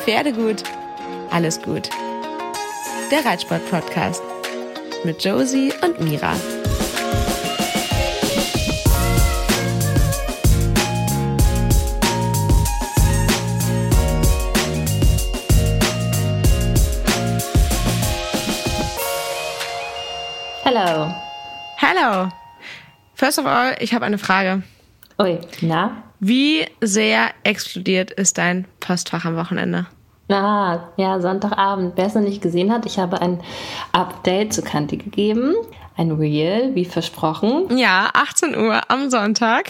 Pferde gut, alles gut. Der Reitsport-Podcast mit Josie und Mira. Hello. Hello. First of all, ich habe eine Frage. Ui, na? Wie sehr explodiert ist dein Postfach am Wochenende? Ja, Sonntagabend. Wer es noch nicht gesehen hat, ich habe ein Update zu Kanti gegeben. Ein Reel, wie versprochen. Ja, 18 Uhr am Sonntag.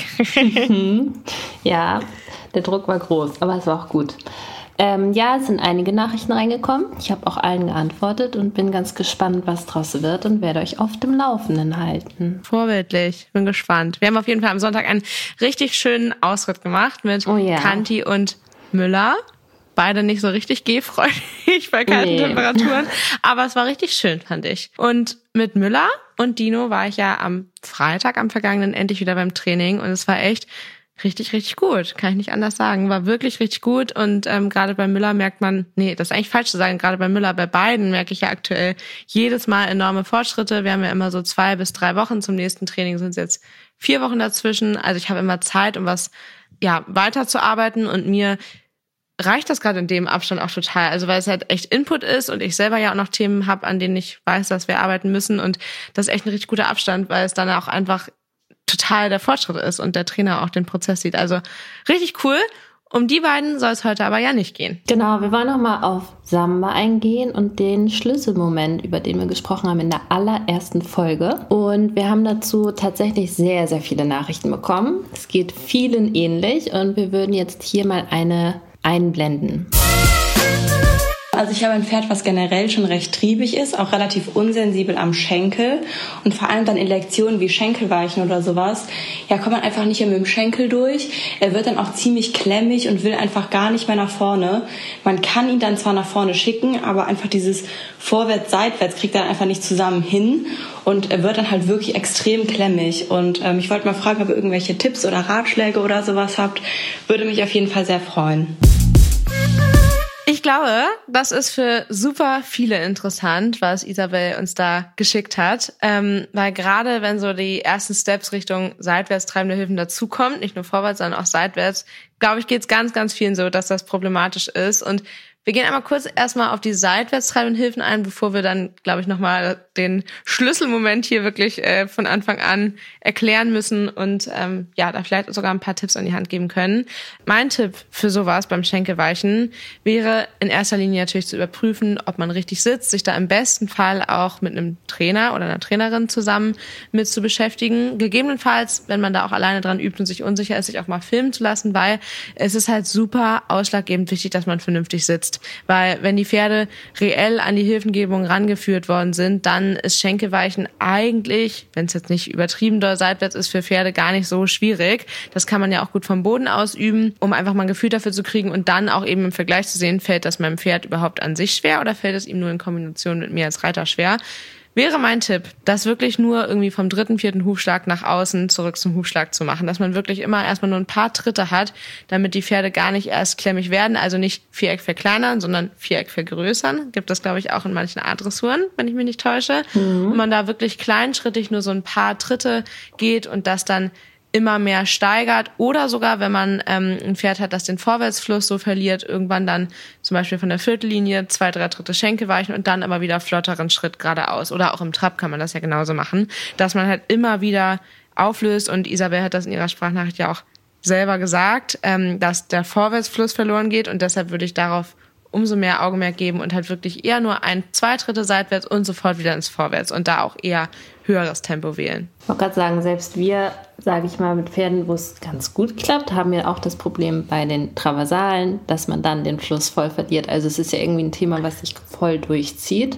Ja, der Druck war groß, aber es war auch gut. Es sind einige Nachrichten reingekommen. Ich habe auch allen geantwortet und bin ganz gespannt, was draus wird und werde euch auf dem Laufenden halten. Vorbildlich, bin gespannt. Wir haben auf jeden Fall am Sonntag einen richtig schönen Ausritt gemacht mit Kanti und Müller. Beide nicht so richtig gehfreudig bei kalten Temperaturen, aber es war richtig schön, fand ich. Und mit Müller und Dino war ich ja am Freitag, am vergangenen, endlich wieder beim Training und es war echt richtig, richtig gut. Kann ich nicht anders sagen. War wirklich richtig gut und gerade bei Müller merkt man, das ist eigentlich falsch zu sagen, gerade bei Müller, bei beiden merke ich ja aktuell jedes Mal enorme Fortschritte. Wir haben ja immer so 2 bis 3 Wochen. Zum nächsten Training sind es jetzt 4 Wochen dazwischen. Also ich habe immer Zeit, um was weiterzuarbeiten und mir reicht das gerade in dem Abstand auch total. Also weil es halt echt Input ist und ich selber ja auch noch Themen habe, an denen ich weiß, dass wir arbeiten müssen und das ist echt ein richtig guter Abstand, weil es dann auch einfach total der Fortschritt ist und der Trainer auch den Prozess sieht. Also richtig cool. Um die beiden soll es heute aber ja nicht gehen. Genau, wir wollen nochmal auf Samba eingehen und den Schlüsselmoment, über den wir gesprochen haben in der allerersten Folge. Und wir haben dazu tatsächlich sehr, sehr viele Nachrichten bekommen. Es geht vielen ähnlich und wir würden jetzt hier mal eine einblenden. Also ich habe ein Pferd, was generell schon recht triebig ist, auch relativ unsensibel am Schenkel und vor allem dann in Lektionen wie Schenkelweichen oder sowas, kommt man einfach nicht mehr mit dem Schenkel durch. Er wird dann auch ziemlich klemmig und will einfach gar nicht mehr nach vorne. Man kann ihn dann zwar nach vorne schicken, aber einfach dieses Vorwärts-Seitwärts kriegt er einfach nicht zusammen hin und er wird dann halt wirklich extrem klemmig. Und ich wollte mal fragen, ob ihr irgendwelche Tipps oder Ratschläge oder sowas habt. Würde mich auf jeden Fall sehr freuen. Ich glaube, das ist für super viele interessant, was Isabel uns da geschickt hat, weil gerade wenn so die ersten Steps Richtung seitwärts treibende Hilfen dazukommt, nicht nur vorwärts, sondern auch seitwärts, glaube ich, geht es ganz, ganz vielen so, dass das problematisch ist und wir gehen einmal kurz erstmal auf die seitwärts treibenden Hilfen ein, bevor wir dann, glaube ich, nochmal den Schlüsselmoment hier wirklich von Anfang an erklären müssen und da vielleicht sogar ein paar Tipps an die Hand geben können. Mein Tipp für sowas beim Schenkelweichen wäre in erster Linie natürlich zu überprüfen, ob man richtig sitzt, sich da im besten Fall auch mit einem Trainer oder einer Trainerin zusammen mit zu beschäftigen. Gegebenenfalls, wenn man da auch alleine dran übt und sich unsicher ist, sich auch mal filmen zu lassen, weil es ist halt super ausschlaggebend wichtig, dass man vernünftig sitzt. Weil wenn die Pferde reell an die Hilfengebung rangeführt worden sind, dann ist Schenkelweichen eigentlich, wenn es jetzt nicht übertrieben doll seitwärts ist, für Pferde gar nicht so schwierig. Das kann man ja auch gut vom Boden aus üben, um einfach mal ein Gefühl dafür zu kriegen und dann auch eben im Vergleich zu sehen, fällt das meinem Pferd überhaupt an sich schwer oder fällt es ihm nur in Kombination mit mir als Reiter schwer. Wäre mein Tipp, das wirklich nur irgendwie vom 3., 4. Hufschlag nach außen zurück zum Hufschlag zu machen. Dass man wirklich immer erstmal nur ein paar Tritte hat, damit die Pferde gar nicht erst klemmig werden. Also nicht Viereck verkleinern, sondern Viereck vergrößern. Gibt es, glaube ich, auch in manchen A-Dressuren, wenn ich mich nicht täusche. Und man da wirklich kleinschrittig nur so ein paar Tritte geht und das dann immer mehr steigert oder sogar, wenn man ein Pferd hat, das den Vorwärtsfluss so verliert, irgendwann dann zum Beispiel von der Viertellinie 2, 3 Tritte Schenkelweichen und dann aber wieder flotteren Schritt geradeaus. Oder auch im Trab kann man das ja genauso machen, dass man halt immer wieder auflöst und Isabel hat das in ihrer Sprachnachricht ja auch selber gesagt, dass der Vorwärtsfluss verloren geht und deshalb würde ich darauf umso mehr Augenmerk geben und halt wirklich eher nur 1, 2 Tritte seitwärts und sofort wieder ins Vorwärts und da auch eher höheres Tempo wählen. Ich wollte gerade sagen, selbst wir, sage ich mal, mit Pferden, wo es ganz gut klappt, haben ja auch das Problem bei den Traversalen, dass man dann den Fluss voll verliert. Also es ist ja irgendwie ein Thema, was sich voll durchzieht.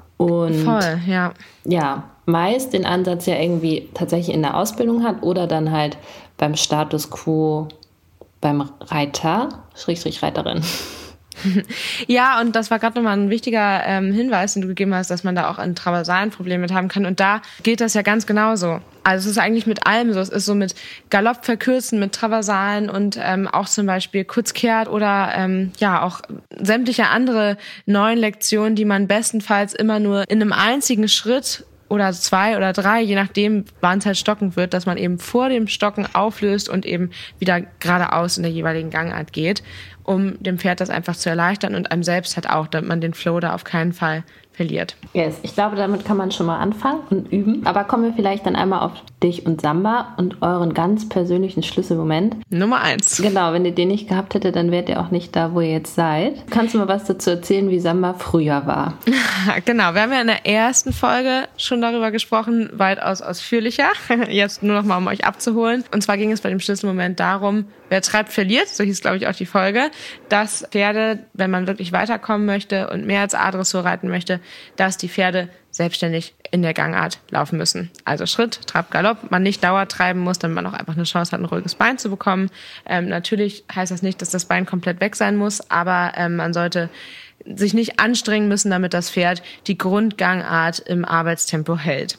Und voll, ja. Ja, meist den Ansatz ja irgendwie tatsächlich in der Ausbildung hat oder dann halt beim Status Quo beim Reiter, Reiterin. Ja, und das war gerade nochmal ein wichtiger Hinweis, den du gegeben hast, dass man da auch an Traversalen Probleme mit haben kann. Und da geht das ja ganz genauso. Also es ist eigentlich mit allem so. Es ist so mit Galopp verkürzen, mit Traversalen und auch zum Beispiel Kurzkehrt oder auch sämtliche andere neuen Lektionen, die man bestenfalls immer nur in einem einzigen Schritt oder 2 oder 3, je nachdem, wann es halt stocken wird, dass man eben vor dem Stocken auflöst und eben wieder geradeaus in der jeweiligen Gangart geht, um dem Pferd das einfach zu erleichtern und einem selbst halt auch, damit man den Flow da auf keinen Fall verliert. Yes, ich glaube, damit kann man schon mal anfangen und üben. Aber kommen wir vielleicht dann einmal auf dich und Samba und euren ganz persönlichen Schlüsselmoment. Nummer 1. Genau, wenn ihr den nicht gehabt hättet, dann wärt ihr auch nicht da, wo ihr jetzt seid. Kannst du mal was dazu erzählen, wie Samba früher war? Genau, wir haben ja in der ersten Folge schon darüber gesprochen, weitaus ausführlicher. Jetzt nur noch mal, um euch abzuholen. Und zwar ging es bei dem Schlüsselmoment darum, wer treibt, verliert. So hieß, glaube ich, auch die Folge. Dass Pferde, wenn man wirklich weiterkommen möchte und mehr als A-Dressur reiten möchte, dass die Pferde selbstständig in der Gangart laufen müssen. Also Schritt, Trab, Galopp, man nicht Dauer treiben muss, damit man auch einfach eine Chance hat, ein ruhiges Bein zu bekommen. Natürlich heißt das nicht, dass das Bein komplett weg sein muss, aber man sollte sich nicht anstrengen müssen, damit das Pferd die Grundgangart im Arbeitstempo hält.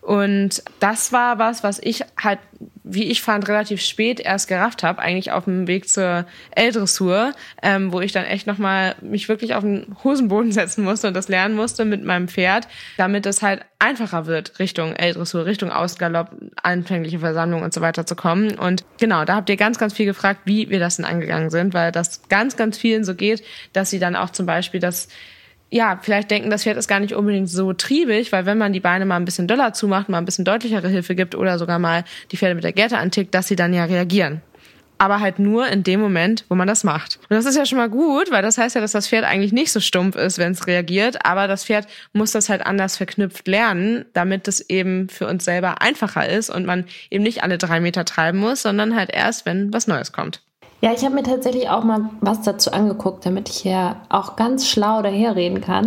Und das war was ich halt, wie ich fand, relativ spät erst gerafft habe, eigentlich auf dem Weg zur L-Dressur, wo ich dann echt nochmal mich wirklich auf den Hosenboden setzen musste und das lernen musste mit meinem Pferd, damit es halt einfacher wird, Richtung L-Dressur, Richtung Außengalopp, anfängliche Versammlung und so weiter zu kommen. Und genau, da habt ihr ganz, ganz viel gefragt, wie wir das denn angegangen sind, weil das ganz, ganz vielen so geht, dass sie dann auch zum Beispiel vielleicht denken, das Pferd ist gar nicht unbedingt so triebig, weil wenn man die Beine mal ein bisschen doller zumacht, mal ein bisschen deutlichere Hilfe gibt oder sogar mal die Pferde mit der Gerte antickt, dass sie dann ja reagieren. Aber halt nur in dem Moment, wo man das macht. Und das ist ja schon mal gut, weil das heißt ja, dass das Pferd eigentlich nicht so stumpf ist, wenn es reagiert. Aber das Pferd muss das halt anders verknüpft lernen, damit es eben für uns selber einfacher ist und man eben nicht alle 3 Meter treiben muss, sondern halt erst, wenn was Neues kommt. Ja, ich habe mir tatsächlich auch mal was dazu angeguckt, damit ich hier auch ganz schlau daherreden kann.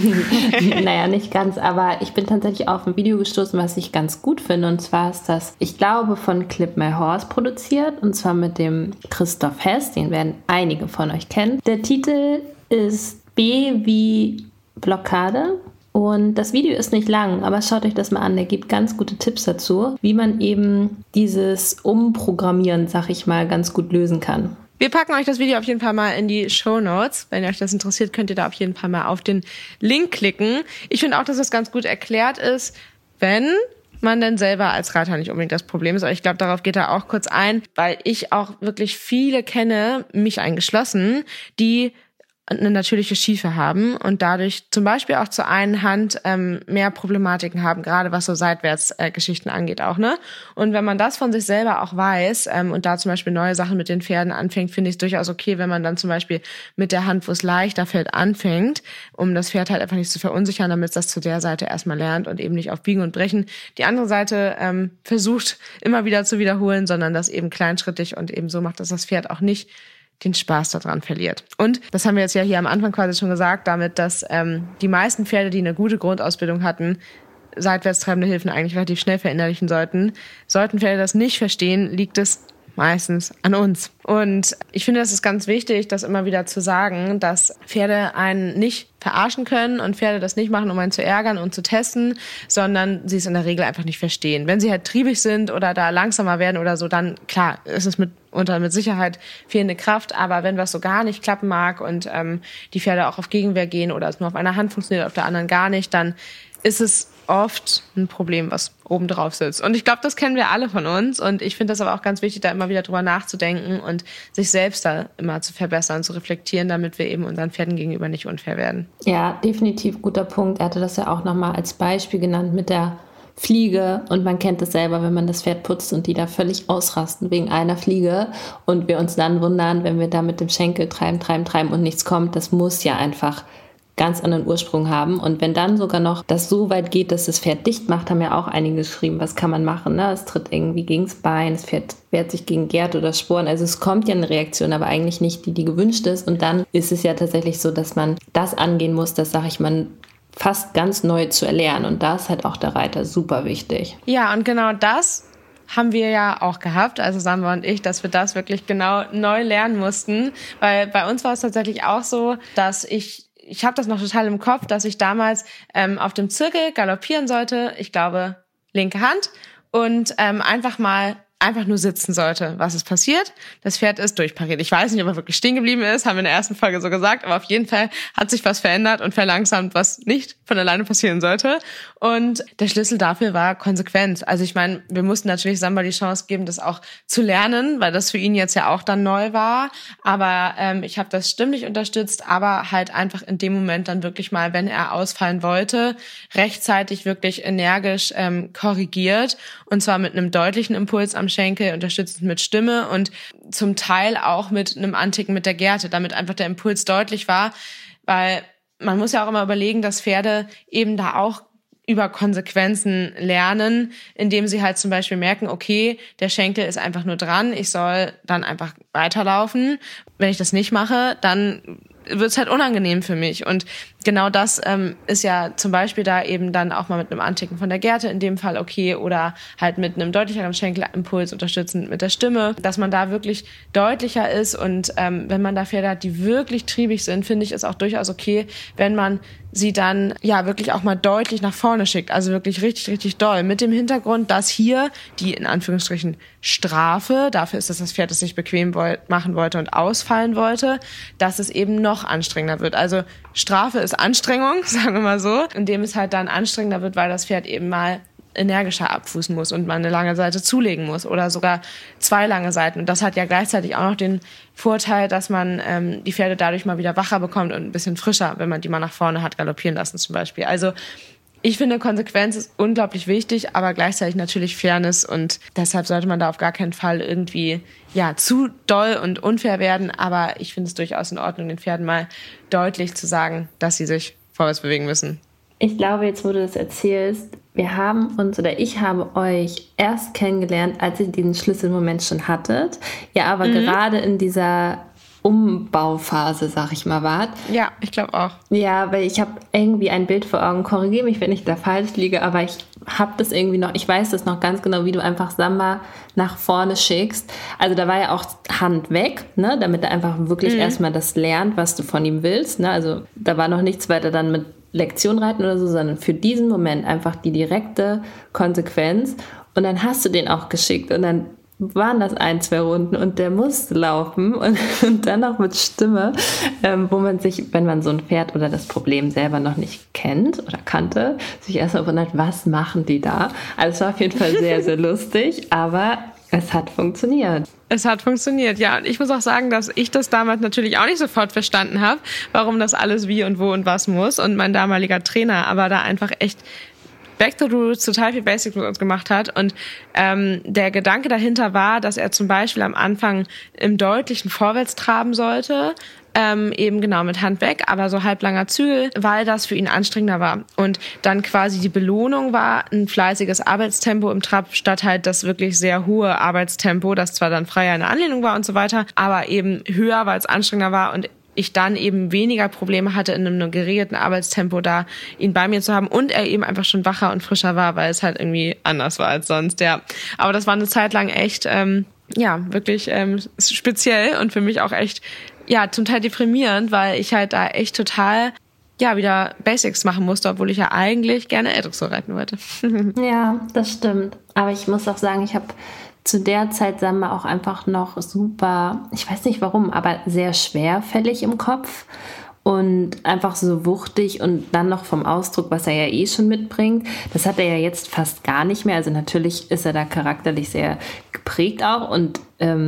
Naja, nicht ganz, aber ich bin tatsächlich auf ein Video gestoßen, was ich ganz gut finde. Und zwar ist das, ich glaube, von Clip My Horse produziert. Und zwar mit dem Christoph Hess, den werden einige von euch kennen. Der Titel ist B wie Blockade. Und das Video ist nicht lang, aber schaut euch das mal an. Der gibt ganz gute Tipps dazu, wie man eben dieses Umprogrammieren, sag ich mal, ganz gut lösen kann. Wir packen euch das Video auf jeden Fall mal in die Shownotes. Wenn euch das interessiert, könnt ihr da auf jeden Fall mal auf den Link klicken. Ich finde auch, dass das ganz gut erklärt ist, wenn man denn selber als Reiter nicht unbedingt das Problem ist. Aber ich glaube, darauf geht er auch kurz ein, weil ich auch wirklich viele kenne, mich eingeschlossen, die eine natürliche Schiefe haben und dadurch zum Beispiel auch zur einen Hand mehr Problematiken haben, gerade was so Seitwärtsgeschichten angeht auch, ne? Und wenn man das von sich selber auch weiß und da zum Beispiel neue Sachen mit den Pferden anfängt, finde ich es durchaus okay, wenn man dann zum Beispiel mit der Hand, wo es leichter fällt, anfängt, um das Pferd halt einfach nicht zu verunsichern, damit es das zu der Seite erstmal lernt und eben nicht auf Biegen und Brechen die andere Seite versucht immer wieder zu wiederholen, sondern das eben kleinschrittig und eben so macht, dass das Pferd auch nicht den Spaß daran verliert. Und das haben wir jetzt ja hier am Anfang quasi schon gesagt, damit, dass die meisten Pferde, die eine gute Grundausbildung hatten, seitwärts treibende Hilfen eigentlich relativ schnell verinnerlichen sollten. Sollten Pferde das nicht verstehen, liegt es meistens an uns. Und ich finde, das ist ganz wichtig, das immer wieder zu sagen, dass Pferde einen nicht verarschen können und Pferde das nicht machen, um einen zu ärgern und zu testen, sondern sie es in der Regel einfach nicht verstehen. Wenn sie halt triebig sind oder da langsamer werden oder so, dann klar, ist es mit Sicherheit fehlende Kraft, aber wenn was so gar nicht klappen mag und die Pferde auch auf Gegenwehr gehen oder es nur auf einer Hand funktioniert, auf der anderen gar nicht, dann ist es oft ein Problem, was oben drauf sitzt. Und ich glaube, das kennen wir alle von uns. Und ich finde das aber auch ganz wichtig, da immer wieder drüber nachzudenken und sich selbst da immer zu verbessern, zu reflektieren, damit wir eben unseren Pferden gegenüber nicht unfair werden. Ja, definitiv guter Punkt. Er hatte das ja auch nochmal als Beispiel genannt mit der Fliege. Und man kennt es selber, wenn man das Pferd putzt und die da völlig ausrasten wegen einer Fliege und wir uns dann wundern, wenn wir da mit dem Schenkel treiben und nichts kommt. Das muss ja einfach ganz anderen Ursprung haben. Und wenn dann sogar noch das so weit geht, dass das Pferd dicht macht, haben ja auch einige geschrieben, was kann man machen? Ne? Es tritt irgendwie gegens Bein, das Pferd wehrt sich gegen Gert oder Sporen. Also es kommt ja eine Reaktion, aber eigentlich nicht die, die gewünscht ist. Und dann ist es ja tatsächlich so, dass man das angehen muss, das sage ich mal, fast ganz neu zu erlernen. Und da ist halt auch der Reiter super wichtig. Ja, und genau das haben wir ja auch gehabt, also Samba und ich, dass wir das wirklich genau neu lernen mussten, weil bei uns war es tatsächlich auch so, dass ich habe das noch total im Kopf, dass ich damals auf dem Zirkel galoppieren sollte, ich glaube linke Hand, und einfach nur sitzen sollte. Was ist passiert? Das Pferd ist durchpariert. Ich weiß nicht, ob er wirklich stehen geblieben ist, haben wir in der ersten Folge so gesagt, aber auf jeden Fall hat sich was verändert und verlangsamt, was nicht von alleine passieren sollte. Und der Schlüssel dafür war Konsequenz. Also ich meine, wir mussten natürlich Samba die Chance geben, das auch zu lernen, weil das für ihn jetzt ja auch dann neu war. Aber ich habe das stimmlich unterstützt, aber halt einfach in dem Moment dann wirklich mal, wenn er ausfallen wollte, rechtzeitig wirklich energisch korrigiert. Und zwar mit einem deutlichen Impuls am Schenkel, unterstützend mit Stimme und zum Teil auch mit einem Anticken mit der Gerte, damit einfach der Impuls deutlich war, weil man muss ja auch immer überlegen, dass Pferde eben da auch über Konsequenzen lernen, indem sie halt zum Beispiel merken, okay, der Schenkel ist einfach nur dran, ich soll dann einfach weiterlaufen. Wenn ich das nicht mache, dann wird es halt unangenehm für mich. Und genau das ist ja zum Beispiel da eben dann auch mal mit einem Anticken von der Gerte in dem Fall okay oder halt mit einem deutlicheren Schenkelimpuls unterstützend mit der Stimme, dass man da wirklich deutlicher ist. Und wenn man da Pferde hat, die wirklich triebig sind, finde ich es auch durchaus okay, wenn man sie dann ja wirklich auch mal deutlich nach vorne schickt. Also wirklich richtig, richtig doll. Mit dem Hintergrund, dass hier die in Anführungsstrichen Strafe, dafür ist, dass das Pferd es sich bequem machen wollte und ausfallen wollte, dass es eben noch anstrengender wird. Also Strafe ist Anstrengung, sagen wir mal so, indem es halt dann anstrengender wird, weil das Pferd eben mal energischer abfußen muss und man eine lange Seite zulegen muss oder sogar 2 lange Seiten. Und das hat ja gleichzeitig auch noch den Vorteil, dass man die Pferde dadurch mal wieder wacher bekommt und ein bisschen frischer, wenn man die mal nach vorne hat galoppieren lassen zum Beispiel. Also ich finde, Konsequenz ist unglaublich wichtig, aber gleichzeitig natürlich Fairness und deshalb sollte man da auf gar keinen Fall irgendwie zu doll und unfair werden. Aber ich finde es durchaus in Ordnung, den Pferden mal deutlich zu sagen, dass sie sich vorwärts bewegen müssen. Ich glaube, jetzt, wo du das erzählst, wir haben uns oder ich habe euch erst kennengelernt, als ihr diesen Schlüsselmoment schon hattet. Ja, aber gerade in dieser Umbauphase, sag ich mal, wart. Ja, ich glaube auch. Ja, weil ich habe irgendwie ein Bild vor Augen, korrigiere mich, wenn ich da falsch liege, aber ich habe das irgendwie noch, ich weiß das noch ganz genau, wie du einfach Samba nach vorne schickst. Also da war ja auch Hand weg, ne, damit er einfach wirklich erstmal das lernt, was du von ihm willst. Ne? Also da war noch nichts weiter dann mit Lektion reiten oder so, sondern für diesen Moment einfach die direkte Konsequenz. Und dann hast du den auch geschickt und dann waren das 1, 2 Runden und der musste laufen und dann noch mit Stimme, wo man sich, wenn man so ein Pferd oder das Problem selber noch nicht kennt oder kannte, sich erstmal wundert, was machen die da? Also es war auf jeden Fall sehr, sehr lustig, aber es hat funktioniert. Es hat funktioniert, ja. Und ich muss auch sagen, dass ich das damals natürlich auch nicht sofort verstanden habe, warum das alles wie und wo und was muss. Und mein damaliger Trainer aber da einfach echt Back to the Roots total viel Basics mit uns gemacht hat. Und der Gedanke dahinter war, dass er zum Beispiel am Anfang im deutlichen Vorwärts traben sollte, eben genau mit Hand weg, aber so halblanger Zügel, weil das für ihn anstrengender war. Und dann quasi die Belohnung war ein fleißiges Arbeitstempo im Trab, statt halt das wirklich sehr hohe Arbeitstempo, das zwar dann freier in der Anlehnung war und so weiter, aber eben höher, weil es anstrengender war und ich dann eben weniger Probleme hatte, in einem geregelten Arbeitstempo da ihn bei mir zu haben und er eben einfach schon wacher und frischer war, weil es halt irgendwie anders war als sonst, ja. Aber das war eine Zeit lang echt, wirklich speziell und für mich auch echt, zum Teil deprimierend, weil ich halt da echt total, wieder Basics machen musste, obwohl ich ja eigentlich gerne Dressur reiten wollte. Ja, das stimmt. Aber ich muss auch sagen, ich habe zu der Zeit Samba auch einfach noch super, ich weiß nicht warum, aber sehr schwerfällig im Kopf und einfach so wuchtig und dann noch vom Ausdruck, was er ja eh schon mitbringt. Das hat er ja jetzt fast gar nicht mehr. Also natürlich ist er da charakterlich sehr geprägt auch und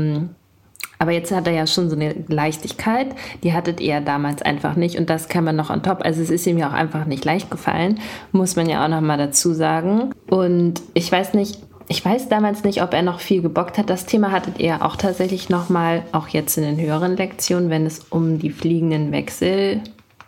aber jetzt hat er ja schon so eine Leichtigkeit, die hattet ihr ja damals einfach nicht und das kann man noch on top. Also es ist ihm ja auch einfach nicht leicht gefallen, muss man ja auch noch mal dazu sagen. Und ich weiß damals nicht, ob er noch viel gebockt hat. Das Thema hattet ihr auch tatsächlich noch mal, auch jetzt in den höheren Lektionen, wenn es um die fliegenden Wechsel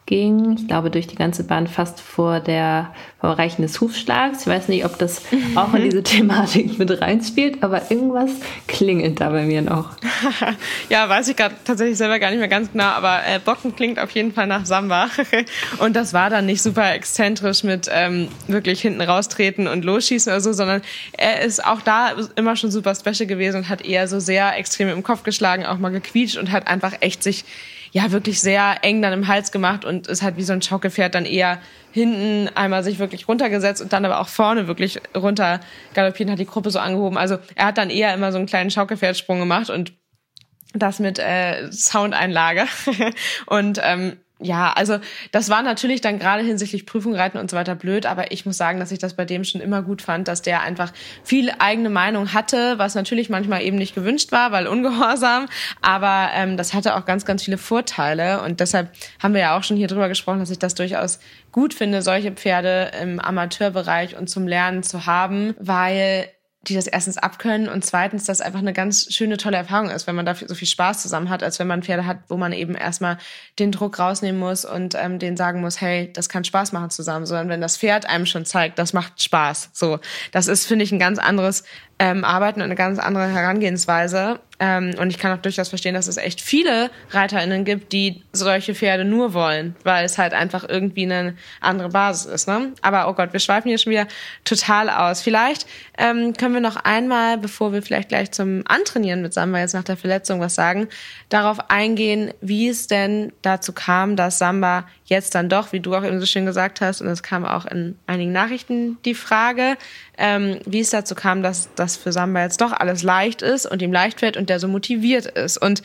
ging, ich glaube durch die ganze Bahn fast vor Erreichen des Hufschlags. Ich weiß nicht, ob das auch in diese Thematik mit reinspielt, aber irgendwas klingelt da bei mir noch. Ja, weiß ich gerade tatsächlich selber gar nicht mehr ganz genau, aber Bocken klingt auf jeden Fall nach Samba. Und das war dann nicht super exzentrisch mit wirklich hinten raustreten und losschießen oder so, sondern er ist auch da immer schon super special gewesen und hat eher so sehr extrem im Kopf geschlagen, auch mal gequietscht und hat einfach echt sich wirklich sehr eng dann im Hals gemacht und ist halt wie so ein Schaukelpferd dann eher hinten einmal sich wirklich runtergesetzt und dann aber auch vorne wirklich runter galoppiert und hat die Gruppe so angehoben. Also er hat dann eher immer so einen kleinen Schaukelpferdsprung gemacht und das mit Soundeinlage. Und also das war natürlich dann gerade hinsichtlich Prüfung, Reiten und so weiter blöd, aber ich muss sagen, dass ich das bei dem schon immer gut fand, dass der einfach viel eigene Meinung hatte, was natürlich manchmal eben nicht gewünscht war, weil ungehorsam, aber das hatte auch ganz, ganz viele Vorteile und deshalb haben wir ja auch schon hier drüber gesprochen, dass ich das durchaus gut finde, solche Pferde im Amateurbereich und zum Lernen zu haben, weil die das erstens abkönnen und zweitens, das einfach eine ganz schöne, tolle Erfahrung ist, wenn man dafür so viel Spaß zusammen hat, als wenn man Pferde hat, wo man eben erstmal den Druck rausnehmen muss und denen sagen muss, hey, das kann Spaß machen zusammen, sondern wenn das Pferd einem schon zeigt, das macht Spaß. So, das ist, finde ich, ein ganz anderes Arbeiten und eine ganz andere Herangehensweise. Und ich kann auch durchaus verstehen, dass es echt viele ReiterInnen gibt, die solche Pferde nur wollen, weil es halt einfach irgendwie eine andere Basis ist. Ne? Aber oh Gott, wir schweifen hier schon wieder total aus. Vielleicht können wir noch einmal, bevor wir vielleicht gleich zum Antrainieren mit Samba jetzt nach der Verletzung was sagen, darauf eingehen, wie es denn dazu kam, dass Samba jetzt dann doch, wie du auch eben so schön gesagt hast, und es kam auch in einigen Nachrichten die Frage, wie es dazu kam, dass das für Samba jetzt doch alles leicht ist und ihm leicht fällt und der so motiviert ist. Und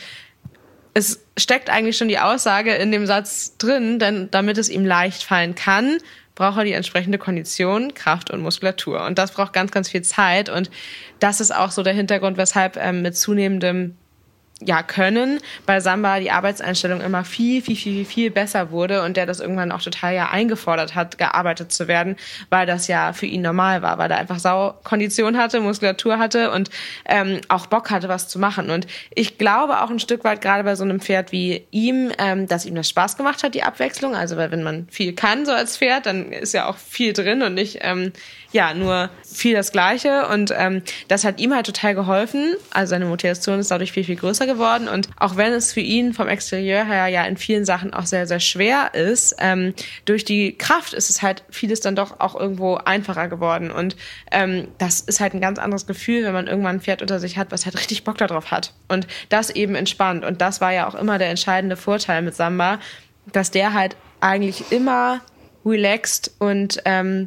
es steckt eigentlich schon die Aussage in dem Satz drin, denn damit es ihm leicht fallen kann, braucht er die entsprechende Kondition, Kraft und Muskulatur. Und das braucht ganz, ganz viel Zeit. Und das ist auch so der Hintergrund, weshalb mit zunehmendem Können bei Samba die Arbeitseinstellung immer viel, viel, viel, viel besser wurde und der das irgendwann auch total eingefordert hat, gearbeitet zu werden, weil das ja für ihn normal war, weil er einfach Saukondition hatte, Muskulatur hatte und auch Bock hatte, was zu machen. Und ich glaube auch ein Stück weit, gerade bei so einem Pferd wie ihm, dass ihm das Spaß gemacht hat, die Abwechslung. Also weil wenn man viel kann so als Pferd, dann ist ja auch viel drin und nicht nur viel das Gleiche. Und das hat ihm halt total geholfen. Also seine Motivation ist dadurch viel, viel größer geworden. Und auch wenn es für ihn vom Exterieur her ja in vielen Sachen auch sehr, sehr schwer ist, durch die Kraft ist es halt vieles dann doch auch irgendwo einfacher geworden. Und das ist halt ein ganz anderes Gefühl, wenn man irgendwann ein Pferd unter sich hat, was halt richtig Bock darauf hat. Und das eben entspannt. Und das war ja auch immer der entscheidende Vorteil mit Samba, dass der halt eigentlich immer relaxed und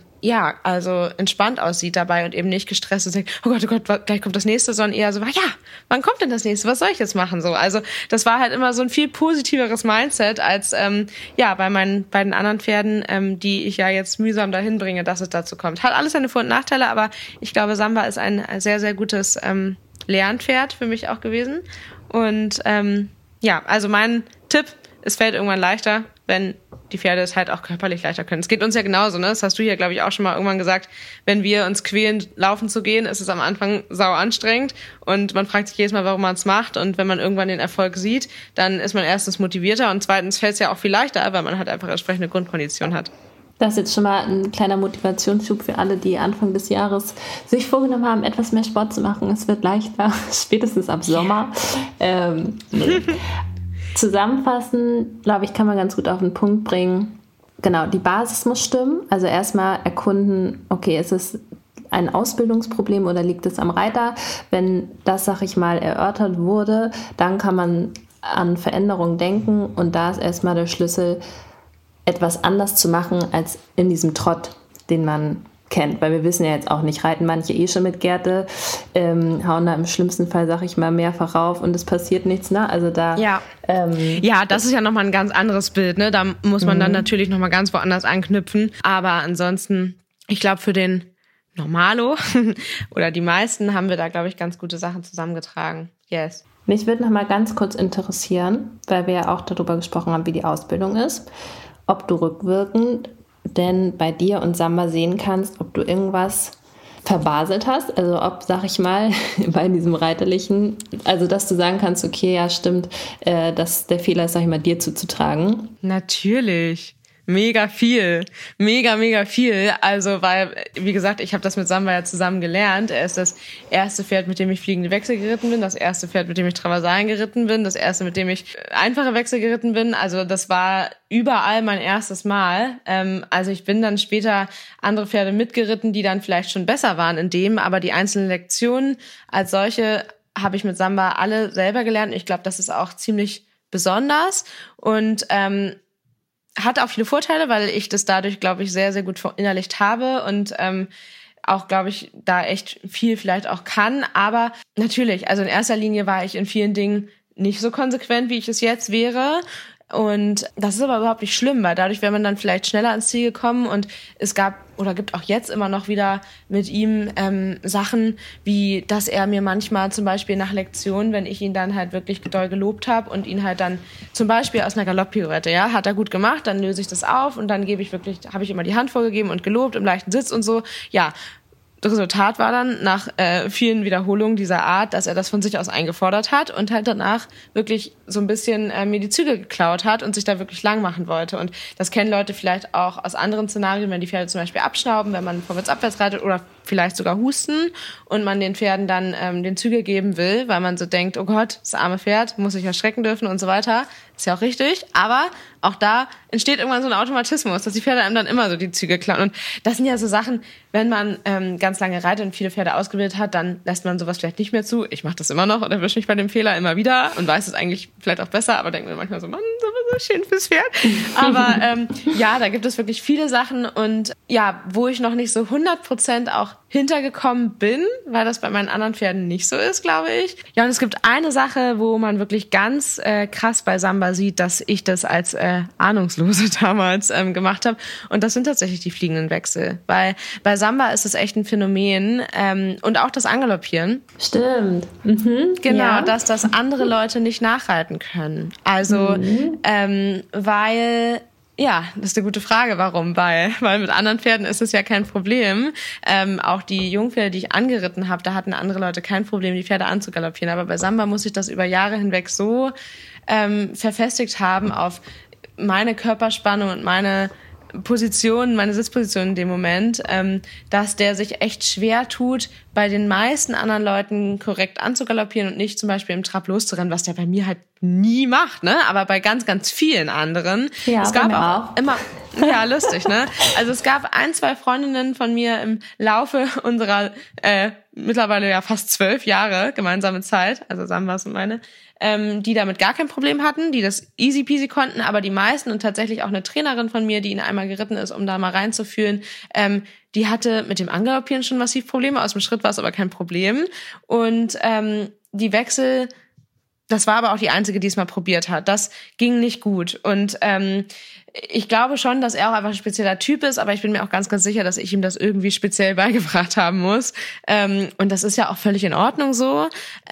also entspannt aussieht dabei und eben nicht gestresst und denkt, oh Gott, gleich kommt das nächste, sondern eher so, wann kommt denn das nächste? Was soll ich jetzt machen? So, also das war halt immer so ein viel positiveres Mindset als bei meinen beiden anderen Pferden, die ich ja jetzt mühsam dahin bringe, dass es dazu kommt. Hat alles seine Vor- und Nachteile, aber ich glaube, Samba ist ein sehr, sehr gutes Lernpferd für mich auch gewesen. Und also mein Tipp, es fällt irgendwann leichter, wenn die Pferde es halt auch körperlich leichter können. Es geht uns ja genauso, ne? Das hast du hier, glaube ich, auch schon mal irgendwann gesagt. Wenn wir uns quälen, laufen zu gehen, ist es am Anfang sau anstrengend und man fragt sich jedes Mal, warum man es macht. Und wenn man irgendwann den Erfolg sieht, dann ist man erstens motivierter und zweitens fällt es ja auch viel leichter, weil man halt einfach entsprechende Grundkondition hat. Das ist jetzt schon mal ein kleiner Motivationsschub für alle, die Anfang des Jahres sich vorgenommen haben, etwas mehr Sport zu machen. Es wird leichter, spätestens ab Sommer. Zusammenfassend, glaube ich, kann man ganz gut auf den Punkt bringen. Genau, die Basis muss stimmen. Also erstmal erkunden, okay, ist es ein Ausbildungsproblem oder liegt es am Reiter? Wenn das, sag ich mal, erörtert wurde, dann kann man an Veränderungen denken und da ist erstmal der Schlüssel, etwas anders zu machen als in diesem Trott, den man kennt, weil wir wissen ja jetzt auch nicht, reiten manche schon mit Gerte, hauen da im schlimmsten Fall, sag ich mal, mehrfach rauf und es passiert nichts, ne? Also da... das ist ja nochmal ein ganz anderes Bild, ne? Da muss man dann natürlich nochmal ganz woanders anknüpfen, aber ansonsten, ich glaube, für den Normalo oder die meisten haben wir da, glaube ich, ganz gute Sachen zusammengetragen. Yes. Mich würde nochmal ganz kurz interessieren, weil wir ja auch darüber gesprochen haben, wie die Ausbildung ist, ob du rückwirkend denn bei dir und Samba sehen kannst, ob du irgendwas verbaselt hast? Also ob, sag ich mal, bei diesem Reiterlichen, also dass du sagen kannst, okay, ja stimmt, dass der Fehler ist, sag ich mal, dir zuzutragen. Natürlich. Mega viel. Mega viel. Also, weil, wie gesagt, ich habe das mit Samba ja zusammen gelernt. Er ist das erste Pferd, mit dem ich fliegende Wechsel geritten bin, das erste Pferd, mit dem ich Traversalen geritten bin, das erste, mit dem ich einfache Wechsel geritten bin. Also, das war überall mein erstes Mal. Also, ich bin dann später andere Pferde mitgeritten, die dann vielleicht schon besser waren in dem, aber die einzelnen Lektionen als solche habe ich mit Samba alle selber gelernt. Ich glaube, das ist auch ziemlich besonders und hat auch viele Vorteile, weil ich das dadurch, glaube ich, sehr, sehr gut verinnerlicht habe und auch, glaube ich, da echt viel vielleicht auch kann. Aber natürlich, also in erster Linie war ich in vielen Dingen nicht so konsequent, wie ich es jetzt wäre. Und das ist aber überhaupt nicht schlimm, weil dadurch wäre man dann vielleicht schneller ans Ziel gekommen und es gab oder gibt auch jetzt immer noch wieder mit ihm Sachen, wie dass er mir manchmal zum Beispiel nach Lektionen, wenn ich ihn dann halt wirklich doll gelobt habe und ihn halt dann zum Beispiel aus einer Galopp-Pirouette, ja, hat er gut gemacht, dann löse ich das auf und dann habe ich immer die Hand vorgegeben und gelobt im leichten Sitz und so, ja. Das Resultat war dann nach vielen Wiederholungen dieser Art, dass er das von sich aus eingefordert hat und halt danach wirklich so ein bisschen mir die Zügel geklaut hat und sich da wirklich lang machen wollte. Und das kennen Leute vielleicht auch aus anderen Szenarien, wenn die Pferde zum Beispiel abschnauben, wenn man vorwärts-abwärts reitet oder vielleicht sogar husten und man den Pferden dann den Zügel geben will, weil man so denkt, oh Gott, das arme Pferd muss sich erschrecken dürfen und so weiter. Ist ja auch richtig, aber auch da entsteht irgendwann so ein Automatismus, dass die Pferde einem dann immer so die Zügel klauen. Und das sind ja so Sachen, wenn man ganz lange reitet und viele Pferde ausgebildet hat, dann lässt man sowas vielleicht nicht mehr zu. Ich mache das immer noch und erwische mich bei dem Fehler immer wieder und weiß es eigentlich vielleicht auch besser, aber denke mir manchmal so, Mann, so schön fürs Pferd. Aber ja, da gibt es wirklich viele Sachen und ja, wo ich noch nicht so 100% auch hintergekommen bin, weil das bei meinen anderen Pferden nicht so ist, glaube ich. Ja, und es gibt eine Sache, wo man wirklich ganz krass bei Samba sieht, dass ich das als Ahnungslose damals gemacht habe. Und das sind tatsächlich die fliegenden Wechsel. Weil bei Samba ist es echt ein Phänomen und auch das Angaloppieren. Stimmt. Genau, ja. dass das andere Leute nicht nachreiten können. Also, weil... Ja, das ist eine gute Frage, warum? Weil mit anderen Pferden ist es ja kein Problem. Auch die Jungpferde, die ich angeritten habe, da hatten andere Leute kein Problem, die Pferde anzugaloppieren. Aber bei Samba muss ich das über Jahre hinweg so verfestigt haben auf meine Körperspannung und meine Position, meine Sitzposition in dem Moment, dass der sich echt schwer tut, bei den meisten anderen Leuten korrekt anzugaloppieren und nicht zum Beispiel im Trab loszurennen, was der bei mir halt nie macht, ne? Aber bei ganz, ganz vielen anderen. Ja, es gab auch immer, ja, lustig, ne? Also es gab 1-2 Freundinnen von mir im Laufe unserer mittlerweile ja fast 12 Jahre gemeinsame Zeit, also Sambas und meine, die damit gar kein Problem hatten, die das easy peasy konnten, aber die meisten und tatsächlich auch eine Trainerin von mir, die ihn einmal geritten ist, um da mal reinzufühlen, die hatte mit dem Angaloppieren schon massiv Probleme, aus dem Schritt war es aber kein Problem und die Wechsel, das war aber auch die einzige, die es mal probiert hat. Das ging nicht gut und ich glaube schon, dass er auch einfach ein spezieller Typ ist, aber ich bin mir auch ganz, ganz sicher, dass ich ihm das irgendwie speziell beigebracht haben muss und das ist ja auch völlig in Ordnung so.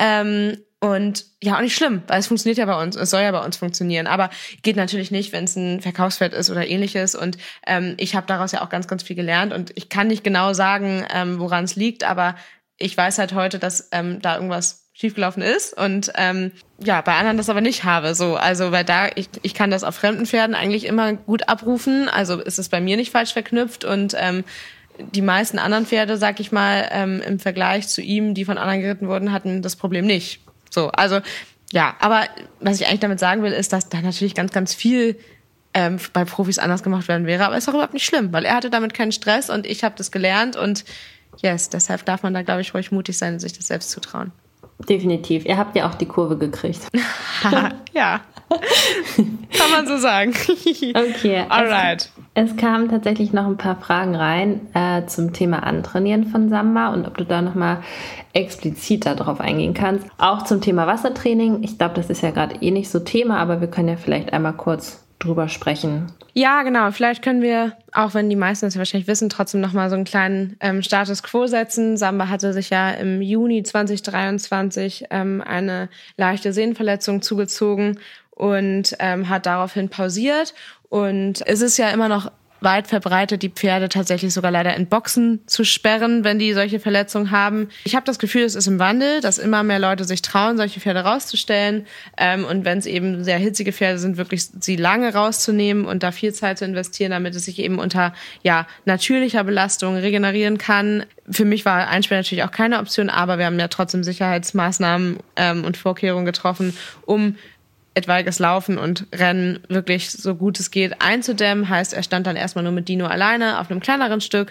Und ja, auch nicht schlimm, weil es funktioniert ja bei uns, es soll ja bei uns funktionieren, aber geht natürlich nicht, wenn es ein Verkaufsfeld ist oder ähnliches und ich habe daraus ja auch ganz, ganz viel gelernt und ich kann nicht genau sagen, woran es liegt, aber ich weiß halt heute, dass da irgendwas schiefgelaufen ist und ja, bei anderen das aber nicht habe, so, also weil da, ich kann das auf fremden Pferden eigentlich immer gut abrufen, also ist es bei mir nicht falsch verknüpft und die meisten anderen Pferde, sag ich mal, im Vergleich zu ihm, die von anderen geritten wurden, hatten das Problem nicht. So, also ja, aber was ich eigentlich damit sagen will, ist, dass da natürlich ganz, ganz viel bei Profis anders gemacht werden wäre, aber ist auch überhaupt nicht schlimm, weil er hatte damit keinen Stress und ich habe das gelernt und yes, deshalb darf man da, glaube ich, ruhig mutig sein und sich das selbst zutrauen. Definitiv. Ihr habt ja auch die Kurve gekriegt. Ja, kann man so sagen. Okay. Alright. Es kamen tatsächlich noch ein paar Fragen rein zum Thema Antrainieren von Samba und ob du da nochmal explizit darauf eingehen kannst. Auch zum Thema Wassertraining. Ich glaube, das ist ja gerade eh nicht so Thema, aber wir können ja vielleicht einmal kurz drüber sprechen. Ja, genau. Vielleicht können wir, auch wenn die meisten das ja wahrscheinlich wissen, trotzdem nochmal so einen kleinen Status Quo setzen. Samba hatte sich ja im Juni 2023 eine leichte Sehnenverletzung zugezogen und hat daraufhin pausiert. Und es ist ja immer noch weit verbreitet, die Pferde tatsächlich sogar leider in Boxen zu sperren, wenn die solche Verletzungen haben. Ich habe das Gefühl, es ist im Wandel, dass immer mehr Leute sich trauen, solche Pferde rauszustellen. Und wenn es eben sehr hitzige Pferde sind, wirklich sie lange rauszunehmen und da viel Zeit zu investieren, damit es sich eben unter natürlicher Belastung regenerieren kann. Für mich war Einsperren natürlich auch keine Option, aber wir haben ja trotzdem Sicherheitsmaßnahmen und Vorkehrungen getroffen, um etwaiges Laufen und Rennen wirklich so gut es geht einzudämmen. Heißt, er stand dann erstmal nur mit Dino alleine auf einem kleineren Stück.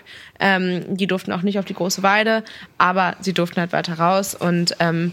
Die durften auch nicht auf die große Weide, aber sie durften halt weiter raus. Und um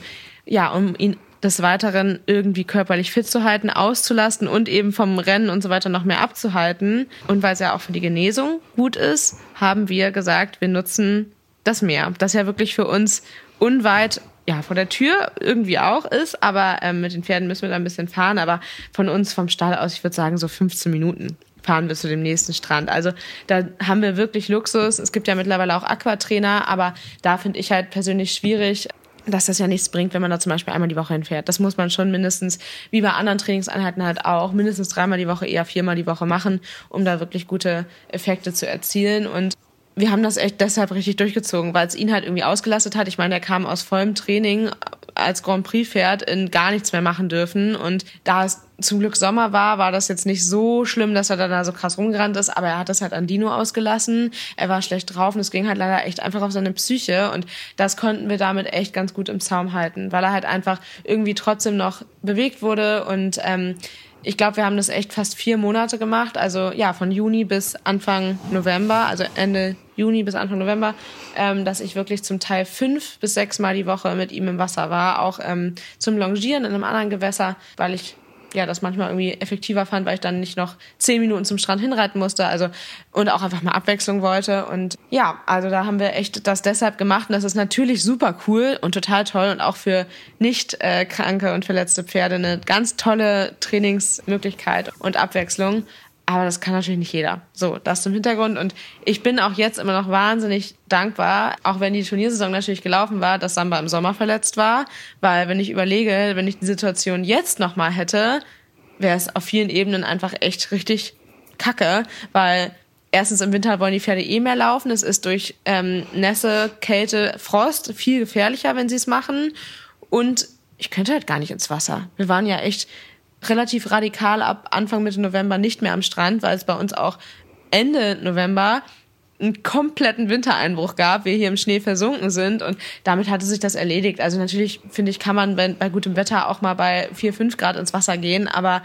ihn des Weiteren irgendwie körperlich fit zu halten, auszulasten und eben vom Rennen und so weiter noch mehr abzuhalten. Und weil es ja auch für die Genesung gut ist, haben wir gesagt, wir nutzen das Meer. Das ja wirklich für uns unweit vor der Tür irgendwie auch ist, aber mit den Pferden müssen wir da ein bisschen fahren, aber von uns vom Stall aus, ich würde sagen, so 15 Minuten fahren wir zu dem nächsten Strand. Also da haben wir wirklich Luxus. Es gibt ja mittlerweile auch Aquatrainer, aber da finde ich halt persönlich schwierig, dass das ja nichts bringt, wenn man da zum Beispiel einmal die Woche hinfährt. Das muss man schon mindestens, wie bei anderen Trainingseinheiten halt auch, mindestens 3-mal die Woche, eher 4-mal die Woche machen, um da wirklich gute Effekte zu erzielen. Und wir haben das echt deshalb richtig durchgezogen, weil es ihn halt irgendwie ausgelastet hat. Ich meine, er kam aus vollem Training als Grand Prix-Pferd in gar nichts mehr machen dürfen. Und da es zum Glück Sommer war das jetzt nicht so schlimm, dass er dann da so krass rumgerannt ist. Aber er hat das halt an Dino ausgelassen. Er war schlecht drauf und es ging halt leider echt einfach auf seine Psyche. Und das konnten wir damit echt ganz gut im Zaum halten, weil er halt einfach irgendwie trotzdem noch bewegt wurde. Und ich glaube, wir haben das echt fast 4 Monate gemacht. Also von Juni bis Anfang November, also Ende Juni bis Anfang November, dass ich wirklich zum Teil 5 bis 6 Mal die Woche mit ihm im Wasser war. Auch zum Longieren in einem anderen Gewässer, weil ich das manchmal irgendwie effektiver fand, weil ich dann nicht noch 10 Minuten zum Strand hinreiten musste, und auch einfach mal Abwechslung wollte. Und also da haben wir echt das deshalb gemacht und das ist natürlich super cool und total toll und auch für nicht kranke und verletzte Pferde eine ganz tolle Trainingsmöglichkeit und Abwechslung. Aber das kann natürlich nicht jeder. So, das zum Hintergrund. Und ich bin auch jetzt immer noch wahnsinnig dankbar, auch wenn die Turniersaison natürlich gelaufen war, dass Samba im Sommer verletzt war. Weil wenn ich überlege, wenn ich die Situation jetzt nochmal hätte, wäre es auf vielen Ebenen einfach echt richtig kacke. Weil erstens im Winter wollen die Pferde mehr laufen. Es ist durch Nässe, Kälte, Frost viel gefährlicher, wenn sie es machen. Und ich könnte halt gar nicht ins Wasser. Wir waren ja echt relativ radikal ab Anfang Mitte November nicht mehr am Strand, weil es bei uns auch Ende November einen kompletten Wintereinbruch gab, wir hier im Schnee versunken sind und damit hatte sich das erledigt. Also natürlich, finde ich, kann man bei gutem Wetter auch mal bei 4-5 Grad ins Wasser gehen, aber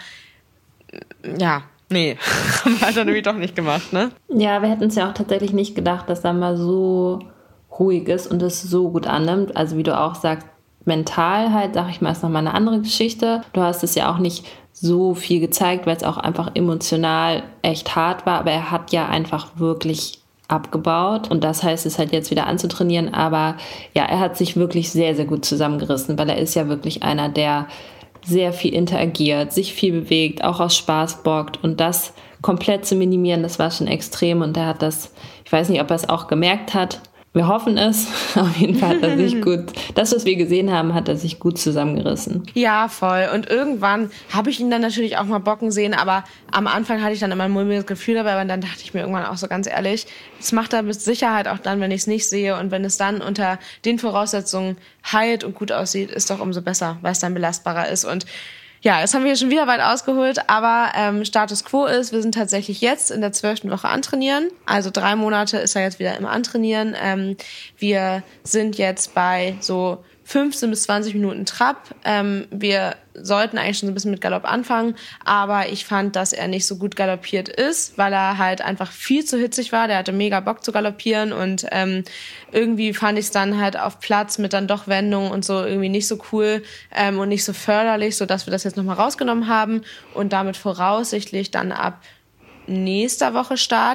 nee, haben wir dann irgendwie doch nicht gemacht, ne? Ja, wir hätten es ja auch tatsächlich nicht gedacht, dass Samba so ruhig ist und es so gut annimmt. Also wie du auch sagst, mental halt, sag ich mal, ist nochmal eine andere Geschichte. Du hast es ja auch nicht so viel gezeigt, weil es auch einfach emotional echt hart war, aber er hat ja einfach wirklich abgebaut und das heißt es halt jetzt wieder anzutrainieren, aber er hat sich wirklich sehr, sehr gut zusammengerissen, weil er ist ja wirklich einer, der sehr viel interagiert, sich viel bewegt, auch aus Spaß bockt und das komplett zu minimieren, das war schon extrem und er hat das, ich weiß nicht, ob er es auch gemerkt hat. Wir hoffen es. Auf jeden Fall hat er sich gut, das, was wir gesehen haben, hat er sich gut zusammengerissen. Ja, voll. Und irgendwann habe ich ihn dann natürlich auch mal bocken sehen, aber am Anfang hatte ich dann immer ein mulmiges Gefühl dabei und dann dachte ich mir irgendwann auch so ganz ehrlich, das macht er mit Sicherheit auch dann, wenn ich es nicht sehe und wenn es dann unter den Voraussetzungen heilt und gut aussieht, ist doch umso besser, weil es dann belastbarer ist und jetzt haben wir hier schon wieder weit ausgeholt, aber Status Quo ist, wir sind tatsächlich jetzt in der 12. Woche antrainieren. Also 3 Monate ist er jetzt wieder im Antrainieren. Wir sind jetzt bei so 15 bis 20 Minuten Trab. Wir sollten eigentlich schon so ein bisschen mit Galopp anfangen, aber ich fand, dass er nicht so gut galoppiert ist, weil er halt einfach viel zu hitzig war. Der hatte mega Bock zu galoppieren und irgendwie fand ich es dann halt auf Platz mit dann doch Wendungen und so irgendwie nicht so cool und nicht so förderlich, sodass wir das jetzt nochmal rausgenommen haben und damit voraussichtlich dann ab nächster Woche starten.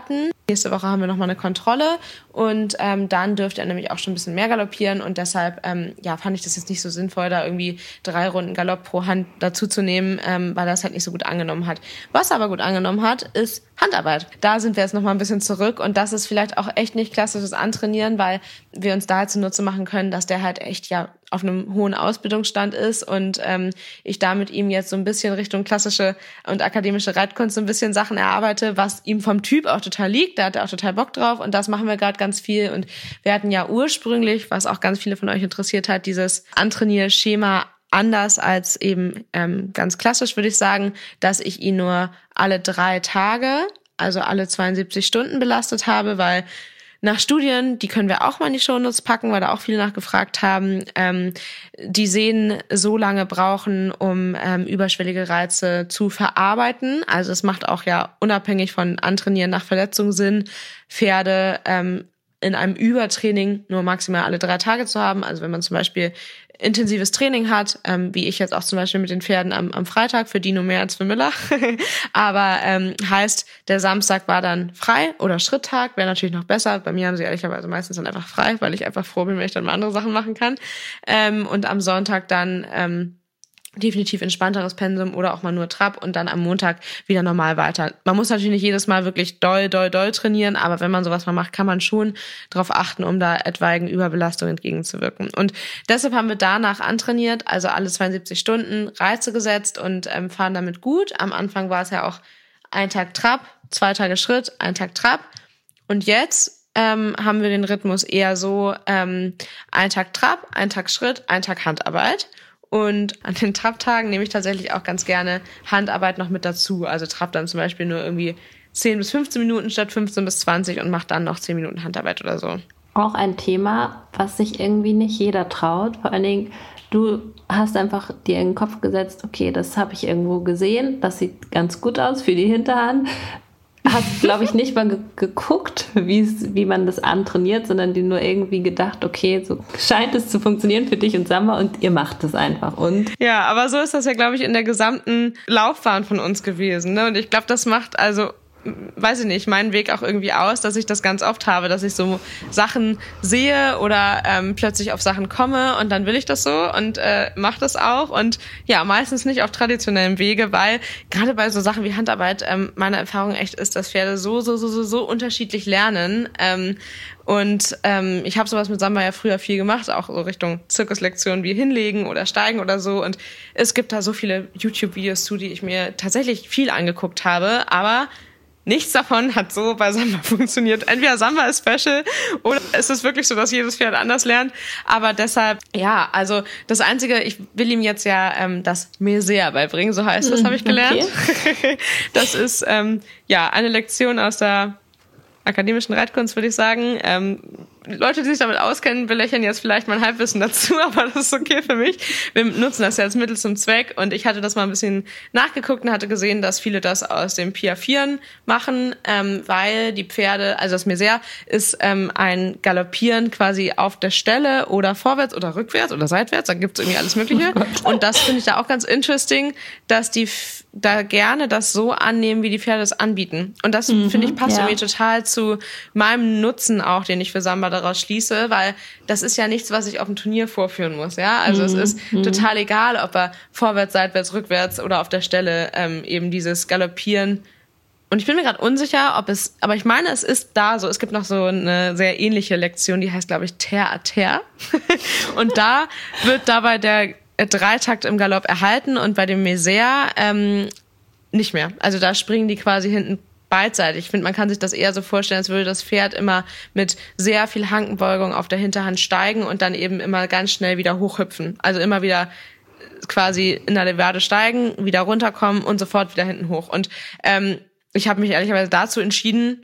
Nächste Woche haben wir nochmal eine Kontrolle und dann dürfte er nämlich auch schon ein bisschen mehr galoppieren und deshalb fand ich das jetzt nicht so sinnvoll, da irgendwie 3 Runden Galopp pro Hand dazu zu nehmen, weil das halt nicht so gut angenommen hat. Was er aber gut angenommen hat, ist Handarbeit. Da sind wir jetzt nochmal ein bisschen zurück und das ist vielleicht auch echt nicht klassisches Antrainieren, weil wir uns da halt zunutze machen können, dass der halt echt auf einem hohen Ausbildungsstand ist und ich da mit ihm jetzt so ein bisschen Richtung klassische und akademische Reitkunst so ein bisschen Sachen erarbeite, was ihm vom Typ auch total liegt. Da hat er auch total Bock drauf und das machen wir gerade ganz viel. Und wir hatten ja ursprünglich, was auch ganz viele von euch interessiert hat, dieses Antrainierschema anders als eben ganz klassisch, würde ich sagen, dass ich ihn nur alle 3 Tage, also alle 72 Stunden belastet habe, weil nach Studien, die können wir auch mal in die Shownotes packen, weil da auch viele nachgefragt haben, die Sehnen so lange brauchen, um überschwellige Reize zu verarbeiten. Also es macht auch ja unabhängig von Antrainieren nach Verletzung Sinn, Pferde in einem Übertraining nur maximal alle 3 Tage zu haben. Also wenn man zum Beispiel intensives Training hat, wie ich jetzt auch zum Beispiel mit den Pferden am Freitag, für Dino mehr als für Miller. Aber heißt, der Samstag war dann frei oder Schritttag, wäre natürlich noch besser. Bei mir haben sie ehrlicherweise meistens dann einfach frei, weil ich einfach froh bin, wenn ich dann mal andere Sachen machen kann. Und am Sonntag dann definitiv entspannteres Pensum oder auch mal nur Trab und dann am Montag wieder normal weiter. Man muss natürlich nicht jedes Mal wirklich doll trainieren, aber wenn man sowas mal macht, kann man schon darauf achten, um da etwaigen Überbelastungen entgegenzuwirken. Und deshalb haben wir danach antrainiert, also alle 72 Stunden Reize gesetzt und fahren damit gut. Am Anfang war es ja auch 1 Tag Trab, 2 Tage Schritt, 1 Tag Trab. Und jetzt haben wir den Rhythmus eher so 1 Tag Trab, 1 Tag Schritt, 1 Tag Handarbeit. Und an den Trab-Tagen nehme ich tatsächlich auch ganz gerne Handarbeit noch mit dazu. Also Trab dann zum Beispiel nur irgendwie 10 bis 15 Minuten statt 15 bis 20 und mache dann noch 10 Minuten Handarbeit oder so. Auch ein Thema, was sich irgendwie nicht jeder traut. Vor allen Dingen, du hast einfach dir in den Kopf gesetzt, okay, das habe ich irgendwo gesehen, das sieht ganz gut aus für die Hinterhand. Hast, glaube ich, nicht mal geguckt, wie man das antrainiert, sondern dir nur irgendwie gedacht, okay, so scheint es zu funktionieren für dich und Samba und ihr macht es einfach. Und ja, aber so ist das ja, glaube ich, in der gesamten Laufbahn von uns gewesen. Ne? Und ich glaube, das macht weiß ich nicht, meinen Weg auch irgendwie aus, dass ich das ganz oft habe, dass ich so Sachen sehe oder plötzlich auf Sachen komme und dann will ich das so und mache das auch und ja, meistens nicht auf traditionellem Wege, weil gerade bei so Sachen wie Handarbeit meine Erfahrung echt ist, dass Pferde so unterschiedlich lernen und ich habe sowas mit Samba ja früher viel gemacht, auch so Richtung Zirkuslektionen wie Hinlegen oder Steigen oder so und es gibt da so viele YouTube-Videos zu, die ich mir tatsächlich viel angeguckt habe, aber nichts davon hat so bei Samba funktioniert. Entweder Samba ist special oder es ist wirklich so, dass jedes Pferd anders lernt. Aber deshalb, ja, also das Einzige, ich will ihm jetzt ja das Mésère beibringen, so heißt das, habe ich gelernt. Okay. Das ist eine Lektion aus der akademischen Reitkunst, würde ich sagen. Leute, die sich damit auskennen, belächeln jetzt vielleicht mein Halbwissen dazu, aber das ist okay für mich. Wir nutzen das ja als Mittel zum Zweck und ich hatte das mal ein bisschen nachgeguckt und hatte gesehen, dass viele das aus dem Piaffieren machen, weil die Pferde, also das Mésère ist ein Galoppieren quasi auf der Stelle oder vorwärts oder rückwärts oder seitwärts, da gibt's irgendwie alles Mögliche. Und das finde ich da auch ganz interesting, dass die da gerne das so annehmen, wie die Pferde es anbieten. Und das, finde ich, passt irgendwie total zu meinem Nutzen auch, den ich für Samba daraus schließe, weil das ist ja nichts, was ich auf dem Turnier vorführen muss, ja. Also es ist total egal, ob er vorwärts, seitwärts, rückwärts oder auf der Stelle eben dieses Galoppieren. Und ich bin mir gerade unsicher, aber ich meine, es ist da so. Es gibt noch so eine sehr ähnliche Lektion, die heißt, glaube ich, Terre à Terre. Und da wird dabei der Dreitakt im Galopp erhalten und bei dem Mésère nicht mehr. Also da springen die quasi hinten beidseitig. Ich finde, man kann sich das eher so vorstellen, als würde das Pferd immer mit sehr viel Hankenbeugung auf der Hinterhand steigen und dann eben immer ganz schnell wieder hochhüpfen. Also immer wieder quasi in der Levade steigen, wieder runterkommen und sofort wieder hinten hoch. Und ich habe mich ehrlicherweise dazu entschieden,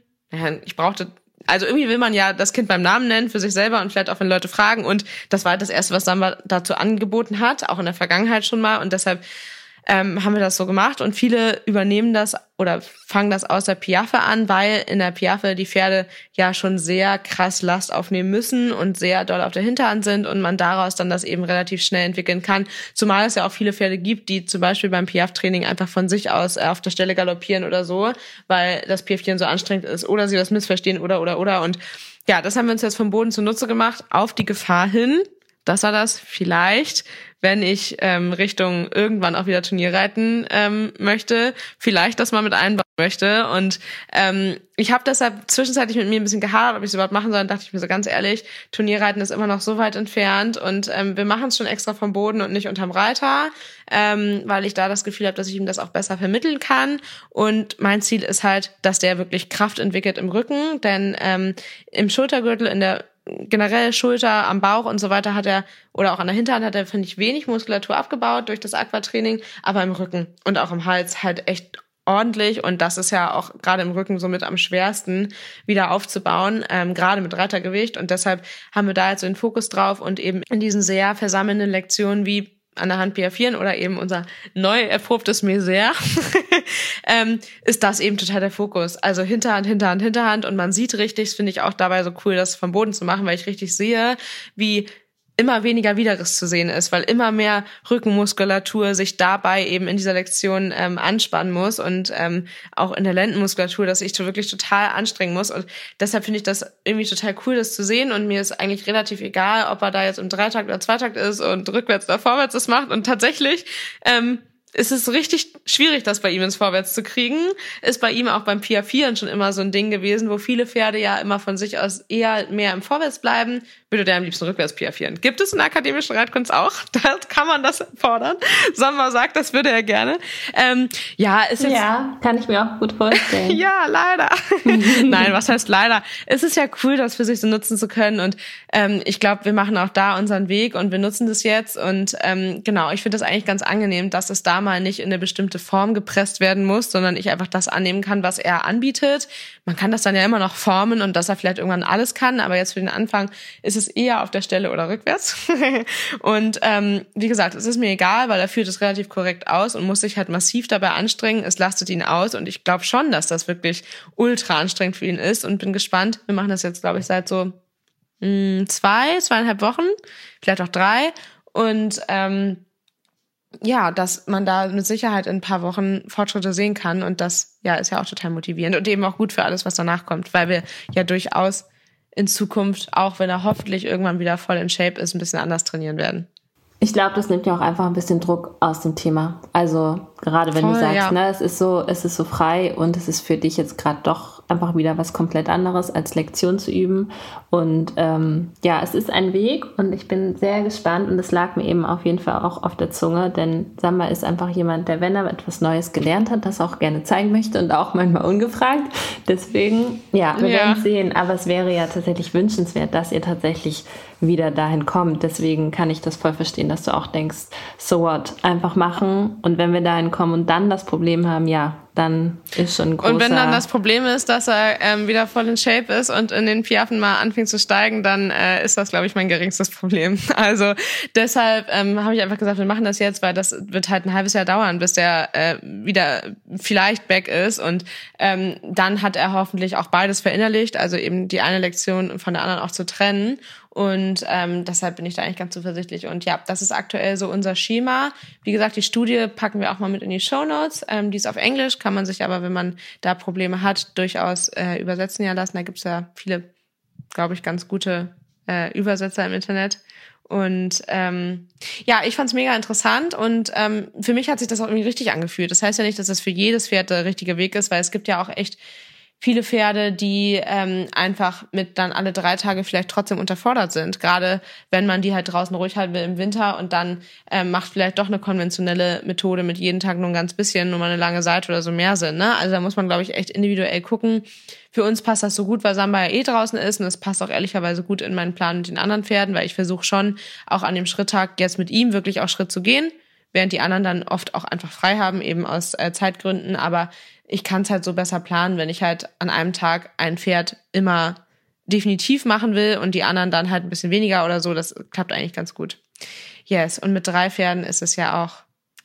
also irgendwie will man ja das Kind beim Namen nennen für sich selber und vielleicht auch, wenn Leute fragen. Und das war das Erste, was Samba dazu angeboten hat, auch in der Vergangenheit schon mal. Und deshalb haben wir das so gemacht und viele übernehmen das oder fangen das aus der Piaffe an, weil in der Piaffe die Pferde ja schon sehr krass Last aufnehmen müssen und sehr doll auf der Hinterhand sind und man daraus dann das eben relativ schnell entwickeln kann. Zumal es ja auch viele Pferde gibt, die zum Beispiel beim Piaffe-Training einfach von sich aus auf der Stelle galoppieren oder so, weil das Piäffchen so anstrengend ist oder sie das missverstehen oder. Und ja, das haben wir uns jetzt vom Boden zunutze gemacht, auf die Gefahr hin, dass er das vielleicht, wenn ich Richtung irgendwann auch wieder Turnier reiten möchte, vielleicht das mal mit einbauen möchte. Und ich habe deshalb zwischenzeitlich mit mir ein bisschen gehadert, ob ich es überhaupt machen soll. Und dachte ich mir so ganz ehrlich, Turnierreiten ist immer noch so weit entfernt und wir machen es schon extra vom Boden und nicht unterm Reiter, weil ich da das Gefühl habe, dass ich ihm das auch besser vermitteln kann. Und mein Ziel ist halt, dass der wirklich Kraft entwickelt im Rücken, denn im Schultergürtel, in der generell Schulter, am Bauch und so weiter hat er, oder auch an der Hinterhand hat er, finde ich, wenig Muskulatur abgebaut durch das Aquatraining, aber im Rücken und auch im Hals halt echt ordentlich und das ist ja auch gerade im Rücken somit am schwersten wieder aufzubauen, gerade mit Reitergewicht und deshalb haben wir da jetzt so den Fokus drauf und eben in diesen sehr versammelnden Lektionen wie an der Hand piaffieren oder eben unser neu erprobtes Mézère, ist das eben total der Fokus. Also Hinterhand und man sieht richtig, das finde ich auch dabei so cool, das vom Boden zu machen, weil ich richtig sehe, wie immer weniger Widerriss zu sehen ist, weil immer mehr Rückenmuskulatur sich dabei eben in dieser Lektion anspannen muss und auch in der Lendenmuskulatur, dass ich wirklich total anstrengen muss und deshalb finde ich das irgendwie total cool, das zu sehen und mir ist eigentlich relativ egal, ob er da jetzt im Dreitakt oder Zweitakt ist und rückwärts oder vorwärts das macht und tatsächlich ist es richtig schwierig, das bei ihm ins Vorwärts zu kriegen. Ist bei ihm auch beim Piaffieren schon immer so ein Ding gewesen, wo viele Pferde ja immer von sich aus eher mehr im Vorwärts bleiben. Würde der am liebsten rückwärts piaffieren. Gibt es in der akademischen Reitkunst auch? Da kann man das fordern. Samba sagt, das würde er gerne. Ist jetzt ja, kann ich mir auch gut vorstellen. Ja, leider. Nein, was heißt leider? Es ist ja cool, das für sich so nutzen zu können und ich glaube, wir machen auch da unseren Weg und wir nutzen das jetzt und genau, ich finde das eigentlich ganz angenehm, dass es da mal nicht in eine bestimmte Form gepresst werden muss, sondern ich einfach das annehmen kann, was er anbietet. Man kann das dann ja immer noch formen und dass er vielleicht irgendwann alles kann, aber jetzt für den Anfang ist es eher auf der Stelle oder rückwärts. Und wie gesagt, es ist mir egal, weil er führt es relativ korrekt aus und muss sich halt massiv dabei anstrengen. Es lastet ihn aus und ich glaube schon, dass das wirklich ultra anstrengend für ihn ist und bin gespannt. Wir machen das jetzt, glaube ich, seit so 2,5 Wochen, vielleicht auch 3 und dass man da mit Sicherheit in ein paar Wochen Fortschritte sehen kann und das ist ja auch total motivierend und eben auch gut für alles, was danach kommt, weil wir ja durchaus in Zukunft, auch wenn er hoffentlich irgendwann wieder voll in Shape ist, ein bisschen anders trainieren werden. Ich glaube, das nimmt ja auch einfach ein bisschen Druck aus dem Thema. Also gerade wenn du sagst, es ist so frei und es ist für dich jetzt gerade doch einfach wieder was komplett anderes als Lektion zu üben. Und es ist ein Weg und ich bin sehr gespannt und es lag mir eben auf jeden Fall auch auf der Zunge, denn Samba ist einfach jemand, der, wenn er etwas Neues gelernt hat, das auch gerne zeigen möchte und auch manchmal ungefragt. Deswegen, wir werden sehen, aber es wäre ja tatsächlich wünschenswert, dass ihr tatsächlich wieder dahin kommt. Deswegen kann ich das voll verstehen, dass du auch denkst, so what, einfach machen und wenn wir dahin kommen und dann das Problem haben, dann ist schon ein großer... Und wenn dann das Problem ist, dass er wieder voll in Shape ist und in den Piaffen mal anfängt zu steigen, dann ist das, glaube ich, mein geringstes Problem. Also deshalb habe ich einfach gesagt, wir machen das jetzt, weil das wird halt ein halbes Jahr dauern, bis der wieder vielleicht back ist und dann hat er hoffentlich auch beides verinnerlicht, also eben die eine Lektion von der anderen auch zu trennen. Und deshalb bin ich da eigentlich ganz zuversichtlich. Und das ist aktuell so unser Schema. Wie gesagt, die Studie packen wir auch mal mit in die Shownotes. Die ist auf Englisch, kann man sich aber, wenn man da Probleme hat, durchaus übersetzen lassen. Da gibt's ja viele, glaube ich, ganz gute Übersetzer im Internet. Und ich fand's mega interessant und für mich hat sich das auch irgendwie richtig angefühlt. Das heißt ja nicht, dass das für jedes Pferd der richtige Weg ist, weil es gibt ja auch echt viele Pferde, die einfach mit dann alle 3 Tage vielleicht trotzdem unterfordert sind. Gerade wenn man die halt draußen ruhig halten will im Winter und dann macht vielleicht doch eine konventionelle Methode mit jeden Tag nur ein ganz bisschen, nur mal eine lange Seite oder so mehr Sinn. Ne? Also da muss man, glaube ich, echt individuell gucken. Für uns passt das so gut, weil Samba ja draußen ist und es passt auch ehrlicherweise gut in meinen Plan mit den anderen Pferden, weil ich versuche schon auch an dem Schritttag jetzt mit ihm wirklich auch Schritt zu gehen, während die anderen dann oft auch einfach frei haben, eben aus Zeitgründen, aber ich kann es halt so besser planen, wenn ich halt an einem Tag ein Pferd immer definitiv machen will und die anderen dann halt ein bisschen weniger oder so. Das klappt eigentlich ganz gut. Yes, und mit 3 Pferden ist es ja auch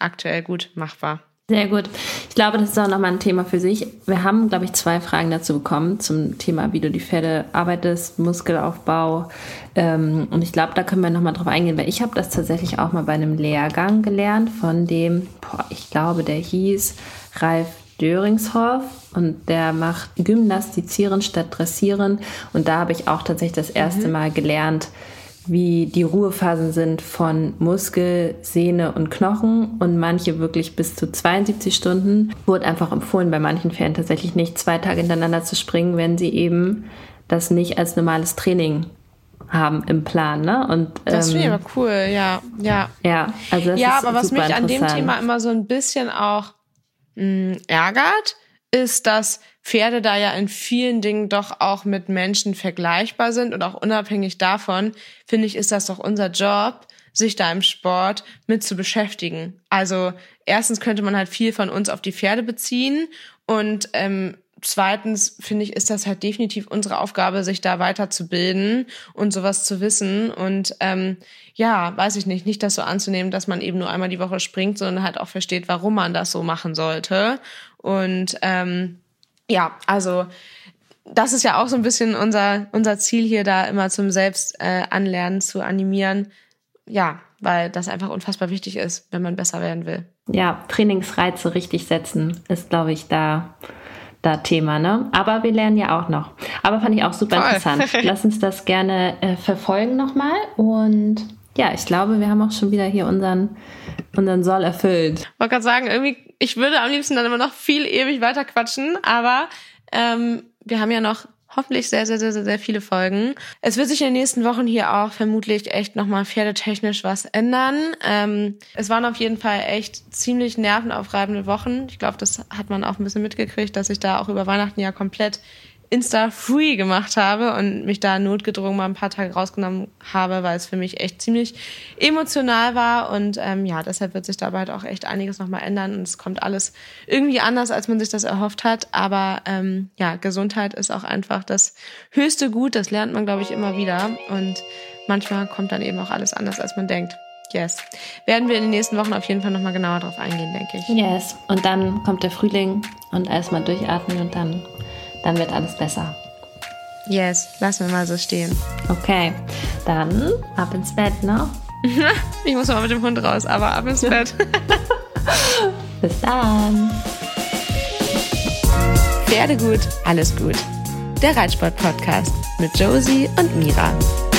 aktuell gut machbar. Sehr gut. Ich glaube, das ist auch nochmal ein Thema für sich. Wir haben, glaube ich, 2 Fragen dazu bekommen zum Thema, wie du die Pferde arbeitest, Muskelaufbau. Und ich glaube, da können wir nochmal drauf eingehen, weil ich habe das tatsächlich auch mal bei einem Lehrgang gelernt von dem, ich glaube, der hieß Ralf Döringshoff und der macht Gymnastizieren statt Dressieren. Und da habe ich auch tatsächlich das erste Mal gelernt, wie die Ruhephasen sind von Muskel, Sehne und Knochen und manche wirklich bis zu 72 Stunden. Wurde einfach empfohlen, bei manchen Pferden tatsächlich nicht 2 Tage hintereinander zu springen, wenn sie eben das nicht als normales Training haben im Plan. Ne? Und, das finde ich aber cool, ja. Ja, also das ist aber was mich an dem interessant. Thema immer so ein bisschen auch ärgert, ist, dass Pferde da ja in vielen Dingen doch auch mit Menschen vergleichbar sind und auch unabhängig davon, finde ich, ist das doch unser Job, sich da im Sport mit zu beschäftigen. Also erstens könnte man halt viel von uns auf die Pferde beziehen und zweitens, finde ich, ist das halt definitiv unsere Aufgabe, sich da weiterzubilden und sowas zu wissen und weiß ich nicht das so anzunehmen, dass man eben nur einmal die Woche springt, sondern halt auch versteht, warum man das so machen sollte. Und also das ist ja auch so ein bisschen unser Ziel hier, da immer zum Selbstanlernen zu animieren. Ja, weil das einfach unfassbar wichtig ist, wenn man besser werden will. Ja, Trainingsreize richtig setzen ist, glaube ich, da Thema, ne? Aber wir lernen ja auch noch. Aber fand ich auch super interessant. Lass uns das gerne verfolgen nochmal. Und ja, ich glaube, wir haben auch schon wieder hier unseren Soll erfüllt. Ich wollte gerade sagen, irgendwie, ich würde am liebsten dann immer noch viel ewig weiter quatschen, aber wir haben ja noch hoffentlich sehr, sehr, sehr, sehr viele Folgen. Es wird sich in den nächsten Wochen hier auch vermutlich echt nochmal pferdetechnisch was ändern. Es waren auf jeden Fall echt ziemlich nervenaufreibende Wochen. Ich glaube, das hat man auch ein bisschen mitgekriegt, dass ich da auch über Weihnachten ja komplett Insta-free gemacht habe und mich da notgedrungen mal ein paar Tage rausgenommen habe, weil es für mich echt ziemlich emotional war und deshalb wird sich dabei halt auch echt einiges nochmal ändern und es kommt alles irgendwie anders, als man sich das erhofft hat, aber Gesundheit ist auch einfach das höchste Gut, das lernt man, glaube ich, immer wieder und manchmal kommt dann eben auch alles anders, als man denkt. Yes. Werden wir in den nächsten Wochen auf jeden Fall nochmal genauer drauf eingehen, denke ich. Yes. Und dann kommt der Frühling und erstmal durchatmen und dann wird alles besser. Yes, lassen wir mal so stehen. Okay, dann ab ins Bett, ne? Ich muss mal mit dem Hund raus, aber ab ins Bett. Bis dann. Pferdegut, alles gut. Der Reitsport-Podcast mit Josie und Mira.